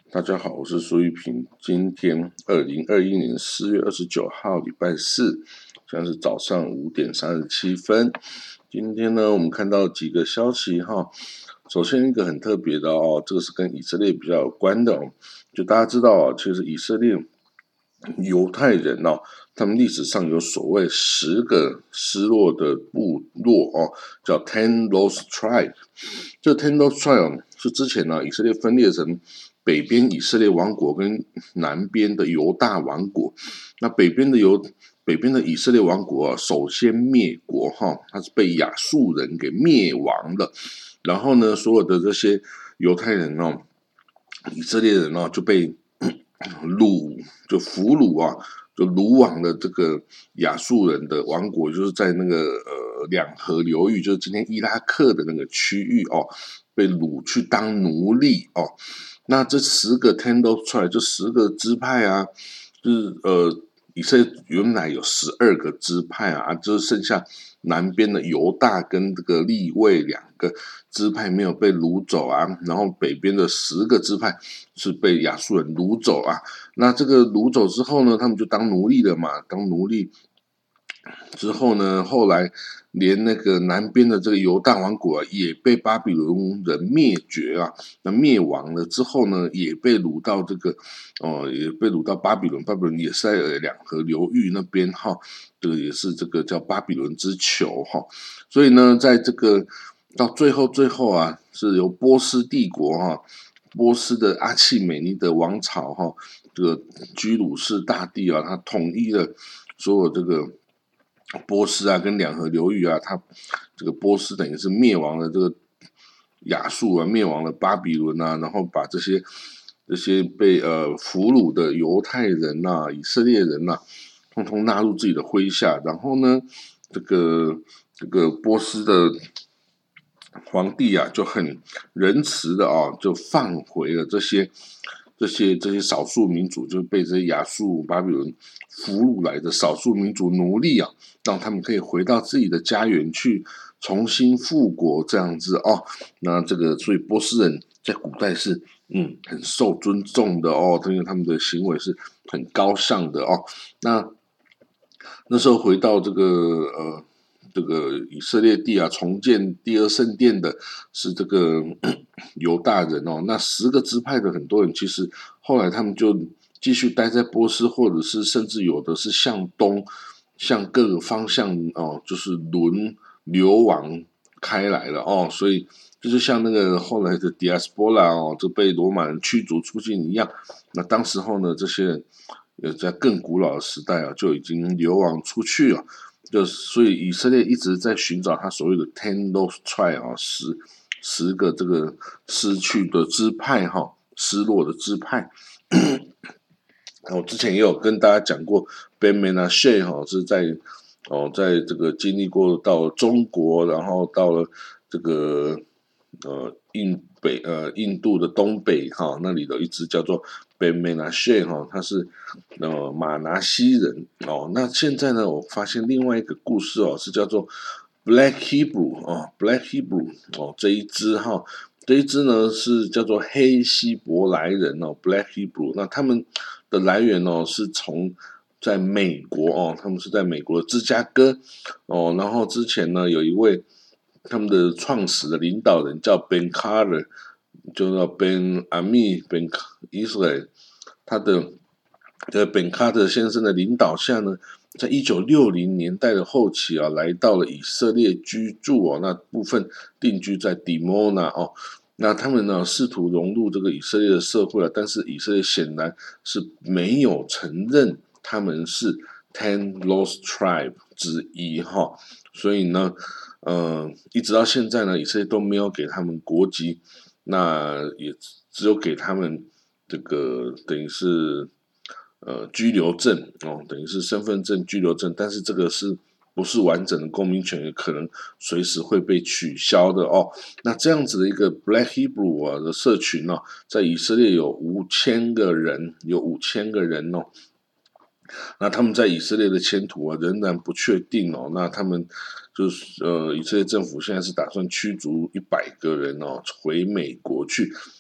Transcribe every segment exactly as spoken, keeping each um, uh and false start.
大家好，我是苏玉平。今天二零二一年四月二十九号，礼拜四，现在是早上五点三十七分。今天呢，我们看到几个消息哈。首先一个很特别的哦，这个是跟以色列比较有关的哦。就大家知道啊，其实以色列犹太人哦，他们历史上有所谓十个失落的部落哦，叫 Ten Lost Tribe。这 Ten Lost Tribe 是之前呢、啊，以色列分裂成北边以色列王国跟南边的犹大王国。那北边的犹北边的以色列王国啊，首先灭国哈，它是被亚述人给灭亡的。然后呢，所有的这些犹太人哦，以色列人哦，就被掳就俘虏啊，就掳往了这个亚述人的王国，就是在那个呃两河流域，就是今天伊拉克的那个区域哦，被掳去当奴隶哦。那这十个 ten lost tribe 就十个支派啊，就是呃以色列原来有十二个支派啊，就是剩下南边的犹大跟这个利未两个支派没有被掳走啊，然后北边的十个支派是被亚述人掳走啊。那这个掳走之后呢，他们就当奴隶了嘛，当奴隶之后呢，后来连那个南边的这个犹大王国、啊、也被巴比伦人灭绝啊，那灭亡了之后呢，也被掳到这个哦，也被掳到巴比伦，巴比伦也是在两河流域那边哈，这个也是这个叫巴比伦之囚哈，所以呢，在这个到最后最后啊，是由波斯帝国哈，波斯的阿契美尼德王朝哈，这个居鲁士大帝啊，他统一了所有这个波斯啊，跟两河流域啊，他这个波斯等于是灭亡了这个亚述啊，灭亡了巴比伦啊，然后把这些这些被呃俘虏的犹太人呐、啊、以色列人呐、啊，通通纳入自己的麾下。然后呢，这个这个波斯的皇帝啊，就很仁慈的啊，就放回了这些。这些这些少数民族就被这些亚述巴比伦俘虏来的少数民族奴隶啊，让他们可以回到自己的家园去重新复国这样子哦。那这个所以波斯人在古代是嗯很受尊重的哦，因为他们的行为是很高尚的哦。那那时候回到这个呃。这个以色列地啊，重建第二圣殿的是这个犹大人哦。那十个支派的很多人，其实后来他们就继续待在波斯，或者是甚至有的是向东，向各个方向哦，就是轮流亡开来了哦。所以就是像那个后来的 diaspora 哦，就被罗马人驱逐出境一样。那当时候呢，这些人呃在更古老的时代啊，就已经流亡出去了。就所以以色列一直在寻找他所谓的 ten lost tribe 啊，十十个这个失去的支派哈，失落的支派。我之前也有跟大家讲过 Ben Menashe 哈，是在哦，在这个经历过到中国，然后到了这个呃印北呃印度的东北哈，那里的一支叫做 Ben Menashe 哈，他是呃马拿西人哦。那现在呢，我发现另外一个故事哦，是叫做 Black Hebrew 哦 ，Black Hebrew 哦这一支哈。这一支呢是叫做黑希伯来人哦 ，Black Hebrew。那他们的来源哦是从在美国哦，他们是在美国的芝加哥哦。然后之前呢有一位他们的创始的领导人叫 Ben Carter， 就叫 Ben Ami Ben Israel。他的在 Ben Carter 先生的领导下呢，在一九六零年代的后期啊，来到了以色列居住哦，那部分定居在 Dimona 哦。那他们呢试图融入这个以色列的社会啊，但是以色列显然是没有承认他们是 Ten Lost Tribe 之一哈，所以呢，呃，一直到现在呢，以色列都没有给他们国籍，那也只有给他们这个等于是呃居留证哦，等于是身份证居留证，但是这个是不是完整的公民权，也可能随时会被取消的哦。那这样子的一个 Black Hebrew 啊的社群哦，在以色列有五千个人，有五千个人哦。那他们在以色列的前途啊仍然不确定哦。那他们就是呃，以色列政府现在是打算驱逐一百个人哦回美国去。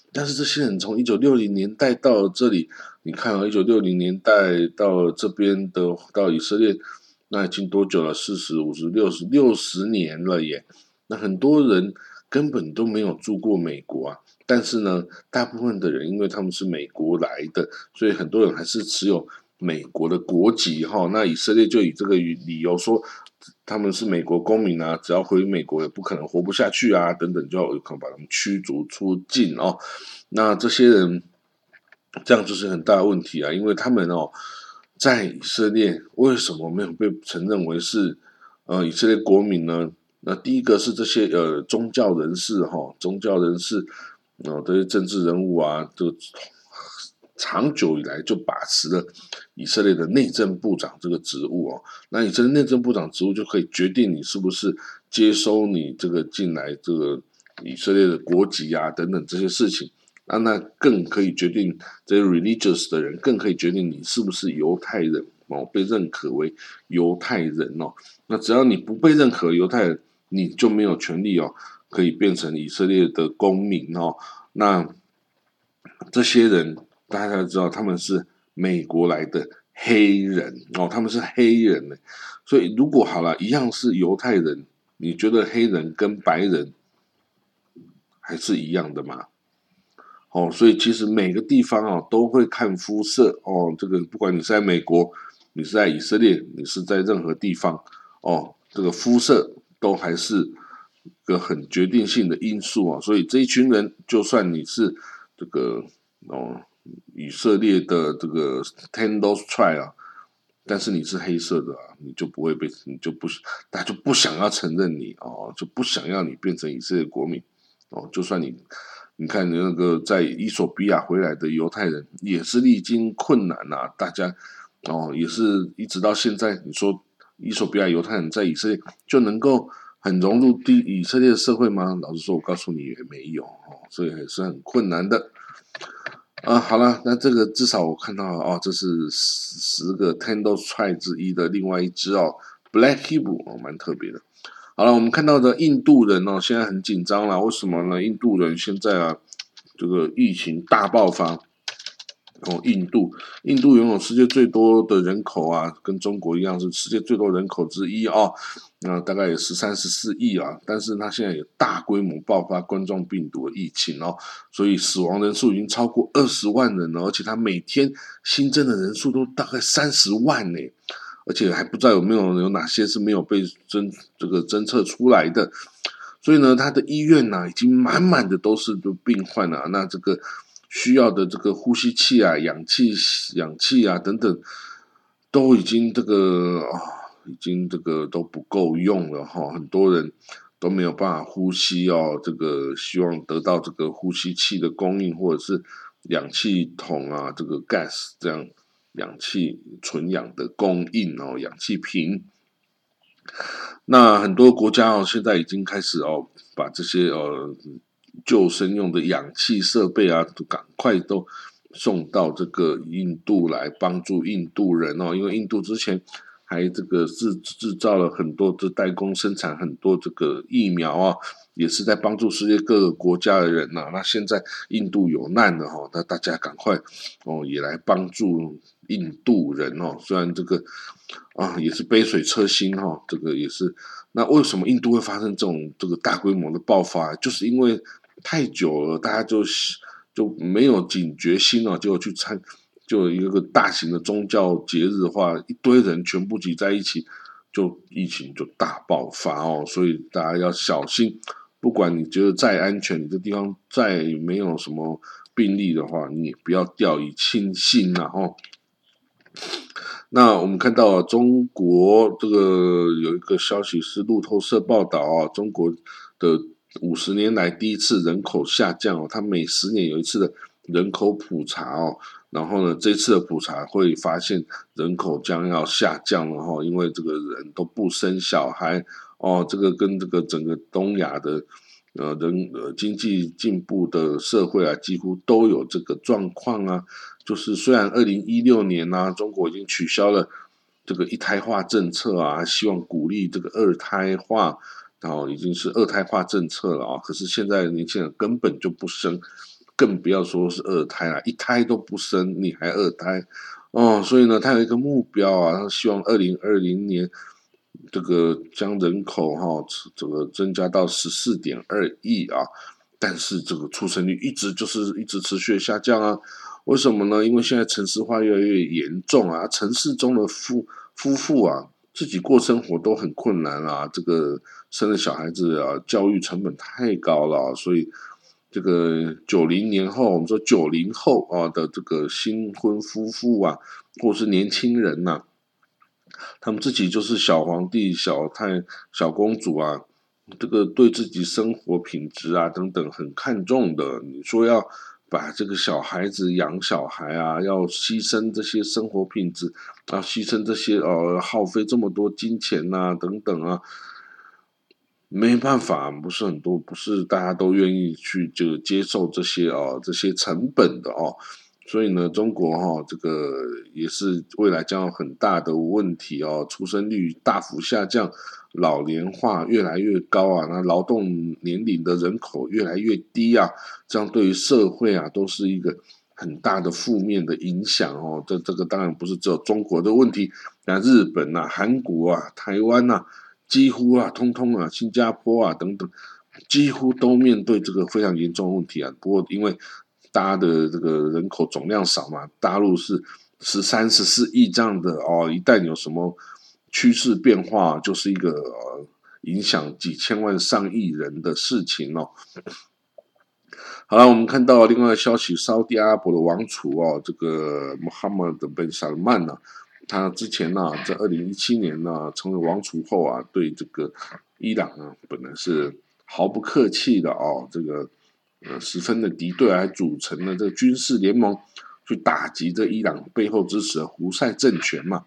但是这些人从一九六零年代到了这里，你看啊，一九六零年代到了这边的到以色列，那已经多久了？四十、五十、六十、六十年了耶。那很多人根本都没有住过美国啊，但是呢，大部分的人因为他们是美国来的，所以很多人还是持有美国的国籍哈。那以色列就以这个理由说，他们是美国公民啊，只要回美国也不可能活不下去啊，等等，就有可能把他们驱逐出境哦。那这些人这样就是很大的问题啊，因为他们哦，在以色列为什么没有被承认为是呃以色列国民呢？那第一个是这些呃宗教人士哈、哦，宗教人士哦，这些政治人物啊，这个长久以来就把持了以色列的内政部长这个职务哦。那以色列内政部长职务就可以决定你是不是接收你这个进来这个以色列的国籍啊等等这些事情。啊，那更可以决定这些 religious 的人，更可以决定你是不是犹太人哦，被认可为犹太人哦。那只要你不被认可犹太人，你就没有权利哦，可以变成以色列的公民哦。那这些人大家知道他们是美国来的黑人哦，他们是黑人呢。所以如果好了，一样是犹太人，你觉得黑人跟白人还是一样的吗？哦，所以其实每个地方哦都会看肤色哦，这个不管你是在美国，你是在以色列，你是在任何地方哦，这个肤色都还是个很决定性的因素啊。所以这一群人，就算你是这个哦以色列的这个 Tendos Tribe 啊，但是你是黑色的啊，你就不会被，你就不，大家就不想要承认你哦，就不想要你变成以色列国民哦，就算你。你看那个在伊索比亚回来的犹太人也是历经困难啊，大家哦也是一直到现在，你说伊索比亚犹太人在以色列就能够很融入地以色列的社会吗？老实说，我告诉你也没有哦，所以还是很困难的。啊，好了，那这个至少我看到哦，这是十个 Tendo Tribe 之一的另外一只哦 ，Black Hebrew 哦，蛮特别的。好了，我们看到的印度人哦，现在很紧张了。为什么呢？印度人现在啊，这个疫情大爆发。哦，印度，印度拥有世界最多的人口啊，跟中国一样是世界最多人口之一哦。那大概有十三十四亿啊，但是它现在有大规模爆发冠状病毒的疫情哦，所以死亡人数已经超过二十万人了，而且它每天新增的人数都大概三十万呢。而且还不知道有没有有哪些是没有被侦这个侦测出来的，所以呢，他的医院呢、啊、已经满满的都是病患啊，那这个需要的这个呼吸器啊、氧气、氧气啊等等，都已经这个啊、哦，已经这个都不够用了哈、哦，很多人都没有办法呼吸哦，这个希望得到这个呼吸器的供应或者是氧气筒啊，这个 gas 这样。氧气纯氧的供应哦，氧气瓶。那很多国家哦，现在已经开始哦，把这些呃救生用的氧气设备啊，都赶快都送到这个印度来帮助印度人哦，因为印度之前还这个制制造了很多的代工生产很多这个疫苗啊，也是在帮助世界各个国家的人呐、啊。那现在印度有难了哈、哦，那大家赶快哦也来帮助印度人哦。虽然这个啊也是杯水车薪哈、哦，这个也是。那为什么印度会发生这种这个大规模的爆发？就是因为太久了，大家就就没有警觉心哦，就去参。就有一个大型的宗教节日的话，一堆人全部挤在一起，就疫情就大爆发哦。所以大家要小心，不管你觉得再安全，你这地方再没有什么病例的话，你也不要掉以轻心啦哦。那我们看到啊，中国这个有一个消息是路透社报道啊，中国的五十年来第一次人口下降哦，它每十年有一次的人口普查哦。然后呢，这次的普查会发现人口将要下降了哈，因为这个人都不生小孩哦，这个跟这个整个东亚的呃人呃经济进步的社会啊，几乎都有这个状况啊。就是虽然二零一六年呢、啊，中国已经取消了这个一胎化政策啊，希望鼓励这个二胎化，然后已经是二胎化政策了啊，可是现在的年轻人根本就不生。 更不要说是二胎啦，一胎都不生，你还二胎哦，所以呢，他有一个目标啊，他希望二零二零年这个将人口哈、哦、这个增加到十四点二亿啊，但是这个出生率一直就是一直持续的下降啊，为什么呢？因为现在城市化越来越严重啊，城市中的夫夫妇啊，自己过生活都很困难啊，这个生了小孩子啊，教育成本太高了、啊，所以这个九零年后，我们说九零后啊的这个新婚夫妇啊，或是年轻人呐、啊，他们自己就是小皇帝、小太、小公主啊，这个对自己生活品质啊等等很看重的。你说要把这个小孩子养小孩啊，要牺牲这些生活品质，啊，牺牲这些呃耗费这么多金钱呐、啊、等等啊，没办法，不是很多，不是大家都愿意去就接受这些哦这些成本的哦。所以呢，中国哈、哦、这个也是未来将有很大的问题哦，出生率大幅下降，老龄化越来越高啊，那劳动年龄的人口越来越低啊，这样对于社会啊都是一个很大的负面的影响哦。这这个当然不是只有中国的问题，那日本啊、韩国啊、台湾啊，几乎啊，通通啊，新加坡啊等等，几乎都面对这个非常严重的问题啊。不过因为大家的这个人口总量少嘛，大陆是十三、十四亿这样的哦，一旦有什么趋势变化，就是一个呃影响几千万、上亿人的事情哦。好了，我们看到另外的消息，沙特阿拉伯的王储哦，这个 Mohammed bin Salman 呢、啊，他之前呢、啊，在二零一七年呢、啊，成为王储后啊，对这个伊朗啊，本来是毫不客气的哦，这个呃十分的敌对，还组成了这个军事联盟去打击这伊朗背后支持的胡塞政权嘛。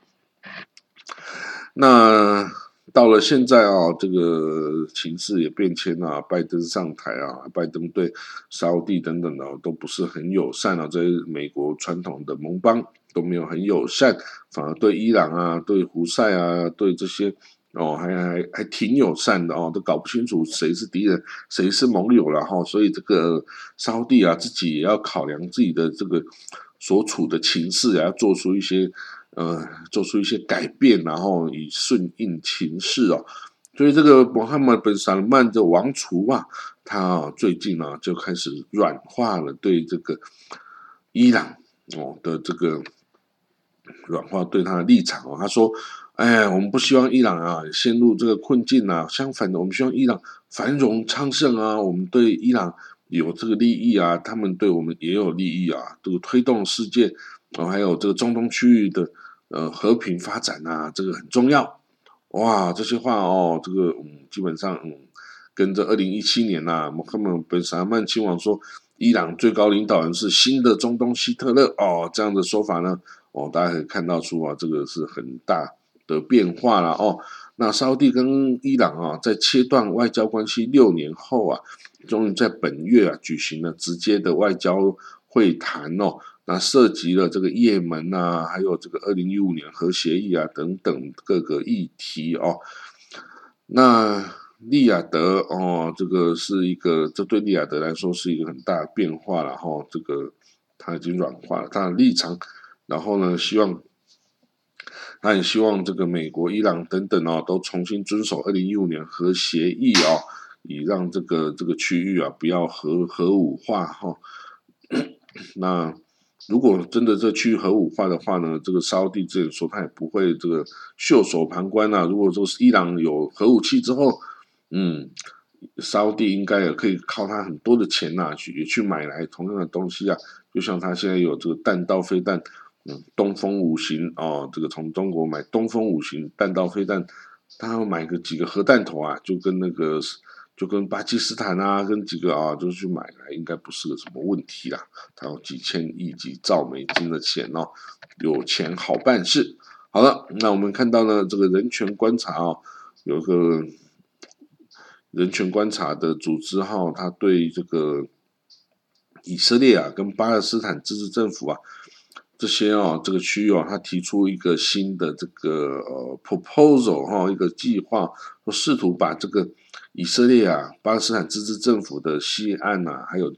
那到了现在啊，这个情势也变迁啊，拜登上台啊，拜登对沙烏地等等的都不是很友善啊，这些美国传统的盟邦都没有很友善，反而对伊朗啊、对胡塞啊、对这些哦，还还还挺友善的哦，都搞不清楚谁是敌人，谁是盟友了哈、哦，所以这个沙烏地啊，自己也要考量自己的这个所处的情势，也要做出一些。呃，做出一些改变，然后以顺应情势哦。所以这个穆罕默德本萨勒曼的王储啊，他、啊、最近啊就开始软化了对这个伊朗哦的这个软化对他的立场哦。他说：“哎，我们不希望伊朗啊陷入这个困境啊，相反的，我们希望伊朗繁荣昌盛啊。我们对伊朗有这个利益啊，他们对我们也有利益啊。这个推动世界哦，还有这个中东区域的。”呃，和平发展啊，这个很重要。哇，这些话哦，这个嗯，基本上嗯，跟着二零一七年呐、啊，穆罕默德本萨勒曼亲王说，伊朗最高领导人是新的中东希特勒哦，这样的说法呢，哦，大家可以看到出啊，这个是很大的变化了哦。那沙烏地跟伊朗啊，在切断外交关系六年后啊，终于在本月啊举行了直接的外交会谈哦。那涉及了这个也门啊，还有这个二零一五年核协议啊等等各个议题哦。那利雅得哦，这个是一个，这对利雅得来说是一个很大的变化了哈、哦。这个他已经软化了他的立场，然后呢，希望他也希望这个美国、伊朗等等哦，都重新遵守二零一五年核协议哦，以让这个这个区域啊不要核核武化哈、哦。那如果真的这区域核武化的话呢，这个沙烏地之前说他也不会这个袖手旁观啊。如果说是伊朗有核武器之后，嗯，沙烏地应该也可以靠他很多的钱呐、啊，去也去买来同样的东西啊。就像他现在有这个弹道飞弹，嗯，东风五型哦，这个从中国买东风五型弹道飞弹，他要买个几个核弹头啊，就跟那个。就跟巴基斯坦啊，跟几个啊，就是去买来，应该不是个什么问题啦。他有几千亿、几兆美金的钱哦，有钱好办事。好了，那我们看到呢，这个人权观察哦，有个人权观察的组织哈、哦，他对这个以色列啊跟巴勒斯坦自治政府啊这些哦这个区域哦，他提出一个新的这个呃 proposal 哈、哦，一个计划，说试图把这个以色列啊、巴勒斯坦自治政府的西岸啊，还有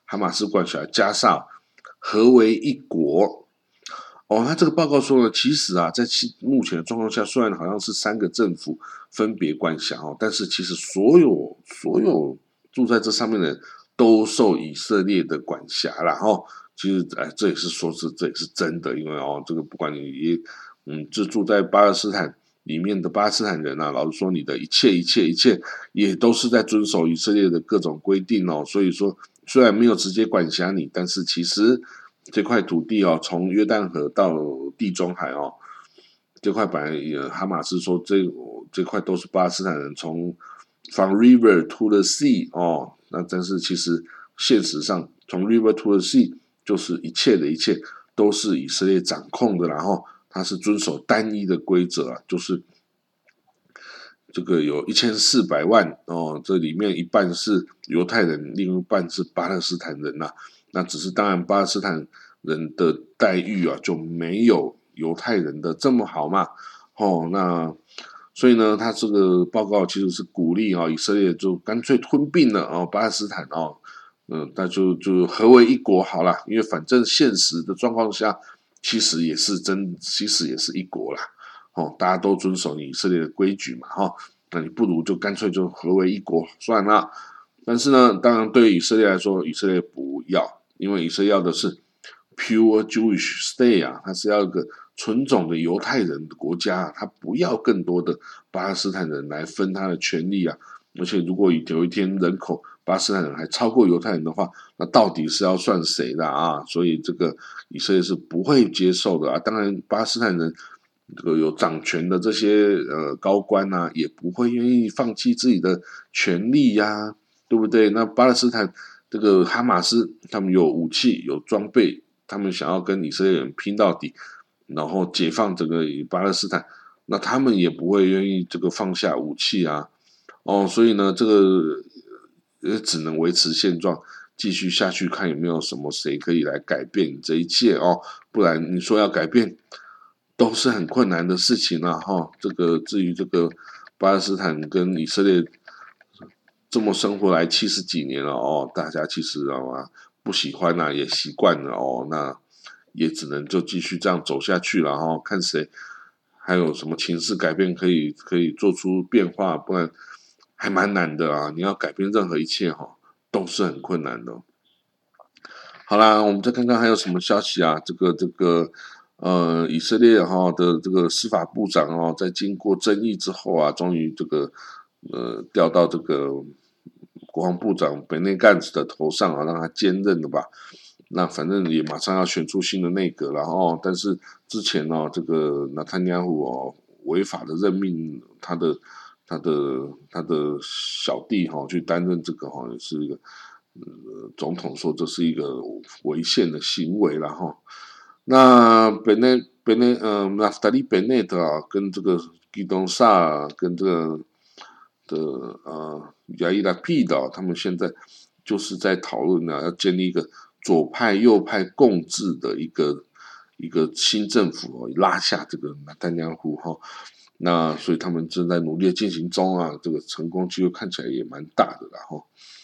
哈马斯管辖加沙合为一国。哦，他这个报告说呢，其实啊，在目前的状况下，虽然好像是三个政府分别管辖哦，但是其实所有所有住在这上面的人都受以色列的管辖啦。哦，其实哎，这也是说是这也是真的，因为哦，这个不管你也嗯，就住在巴勒斯坦里面的巴勒斯坦人啊，老实说，你的一切一切一切也都是在遵守以色列的各种规定哦。所以说，虽然没有直接管辖你，但是其实这块土地哦，从约旦河到地中海哦，这块本来也哈马斯说这这块都是巴勒斯坦人从 from river to the sea 哦，那但是其实现实上从 river to the sea 就是一切的一切都是以色列掌控的，然后它是遵守单一的规则啊，就是这个有一千四百万哦，这里面一半是犹太人，另一半是巴勒斯坦人呐、啊。那只是当然巴勒斯坦人的待遇啊就没有犹太人的这么好嘛。哦，那所以呢，他这个报告其实是鼓励啊、哦，以色列就干脆吞并了哦巴勒斯坦哦，嗯，那就就合为一国好了，因为反正现实的状况下，其实也是真，其实也是一国啦。哦，大家都遵守你以色列的规矩嘛，哈、哦，那你不如就干脆就合为一国算了。但是呢，当然对于以色列来说，以色列不要，因为以色列要的是 pure Jewish state 啊，它是要一个纯种的犹太人的国家、啊，它不要更多的巴勒斯坦人来分他的权利啊。而且如果有一天人口巴勒斯坦人还超过犹太人的话，那到底是要算谁的啊？所以这个以色列是不会接受的啊。当然，巴勒斯坦人这个有掌权的这些呃高官啊，也不会愿意放弃自己的权利呀、啊，对不对？那巴勒斯坦这个哈马斯，他们有武器有装备，他们想要跟以色列人拼到底，然后解放这个巴勒斯坦，那他们也不会愿意这个放下武器啊。哦，所以呢，这个也只能维持现状，继续下去，看有没有什么谁可以来改变这一切哦。不然你说要改变，都是很困难的事情啊。哈、哦，这个至于这个巴勒斯坦跟以色列这么生活来七十几年了哦，大家其实啊不喜欢啊，也习惯了哦，那也只能就继续这样走下去了哈、哦，看谁还有什么情势改变可以可以做出变化，不然还蛮难的啊！你要改变任何一切哈、哦，都是很困难的。好啦，我们再看看还有什么消息啊？这个这个呃，以色列哈、哦、的这个司法部长哦，在经过争议之后啊，终于这个呃调到这个国防部长本内干子的头上啊，让他兼任了吧。那反正也马上要选出新的内阁了哦，但是之前哦，这个纳坦尼亚胡哦违法的任命他的他的他的小弟哈、哦、去担任这个哈、哦、也是一个呃总统说这是一个违宪的行为了哈、哦。那本内本内呃纳夫达利本内的啊跟这个基东萨跟这个的呃亚伊拉皮的、哦、他们现在就是在讨论呢，要建立一个左派右派共治的一个一个新政府哦，拉下这个纳坦尼亚胡哈，那所以他们正在努力进行中啊，这个成功机会看起来也蛮大的啦哈。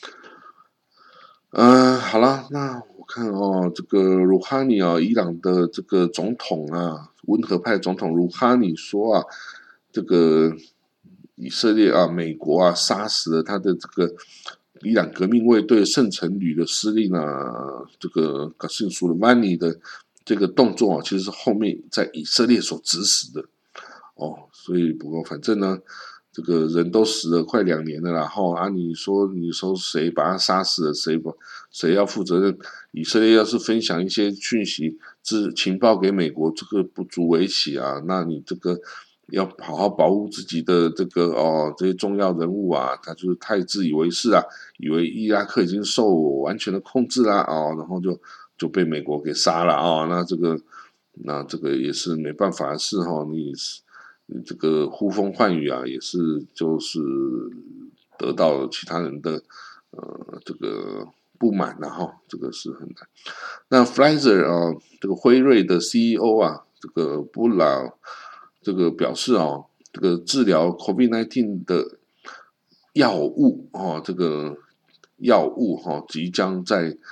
嗯、呃，好了，那我看哦，这个鲁哈尼啊，伊朗的这个总统啊，温和派总统鲁哈尼说啊，这个以色列啊，美国啊，杀死了他的这个伊朗革命卫队圣城旅的司令啊，这个卡辛苏鲁曼尼的这个动作啊，其实是后面在以色列所指使的哦，所以不过反正呢。这个人都死了快两年了啦，后啊，你说你说谁把他杀死了，谁不谁要负责任？以色列要是分享一些讯息、资情报给美国，这个不足为奇啊。那你这个要好好保护自己的这个哦，这些重要人物啊，他就是太自以为是啊，以为伊拉克已经受完全的控制啦哦，然后就就被美国给杀了哦，那这个那这个也是没办法的事哈、哦，你。这个呼风唤雨啊，也是就是得到了其他人的呃这个不满然、啊、后这个是很难。那 Pfizer 啊，这个辉瑞的 C E O 啊，这个布拉这个表示啊，这个治疗 COVID 十九 的药物哦，这个药物哈、哦、即将在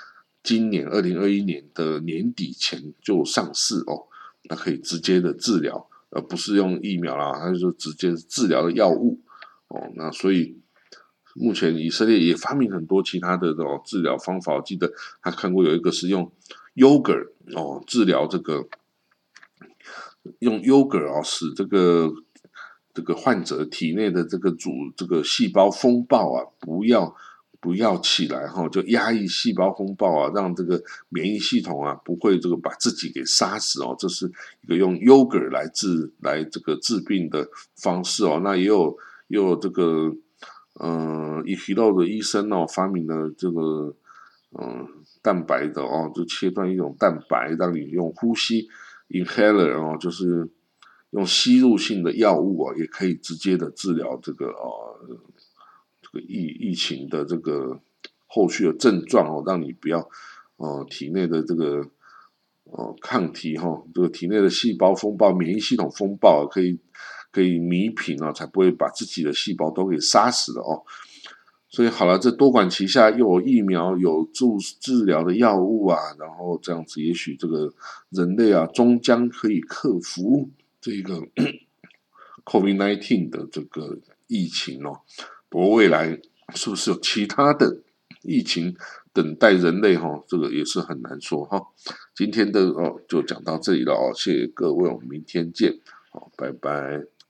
今年二零二一年的年底前就上市哦，那可以直接的治疗，而不是用疫苗啦，它就是直接治疗的药物哦。那所以目前以色列也发明很多其他的哦治疗方法，我记得他看过有一个是用 yogurt 哦治疗这个，用 yogurt 哦使这个这个患者体内的这个主这个细胞风暴啊不要。不要起来哈，就压抑细胞风暴啊，让这个免疫系统啊不会这个把自己给杀死哦。这是一个用 yogurt 来治来这个治病的方式哦。那也有也有这个呃伊希洛的医生哦发明了这个嗯、呃、蛋白的哦，就切断一种蛋白，让你用呼吸 inhaler 哦，就是用吸入性的药物哦，也可以直接的治疗这个哦。这个疫疫情的这个后续的症状哦，让你不要呃体内的这个呃抗体哈、哦，这个体内的细胞风暴、免疫系统风暴、啊、可以可以弭平啊，才不会把自己的细胞都给杀死了哦。所以好了，这多管齐下，又有疫苗，有助治疗的药物啊，然后这样子，也许这个人类啊，终将可以克服这个 COVID 十九 的这个疫情哦。不过未来是不是有其他的疫情等待人类哈、哦？这个也是很难说哈、哦。今天的哦就讲到这里了哦，谢谢各位，我们明天见，好，拜拜。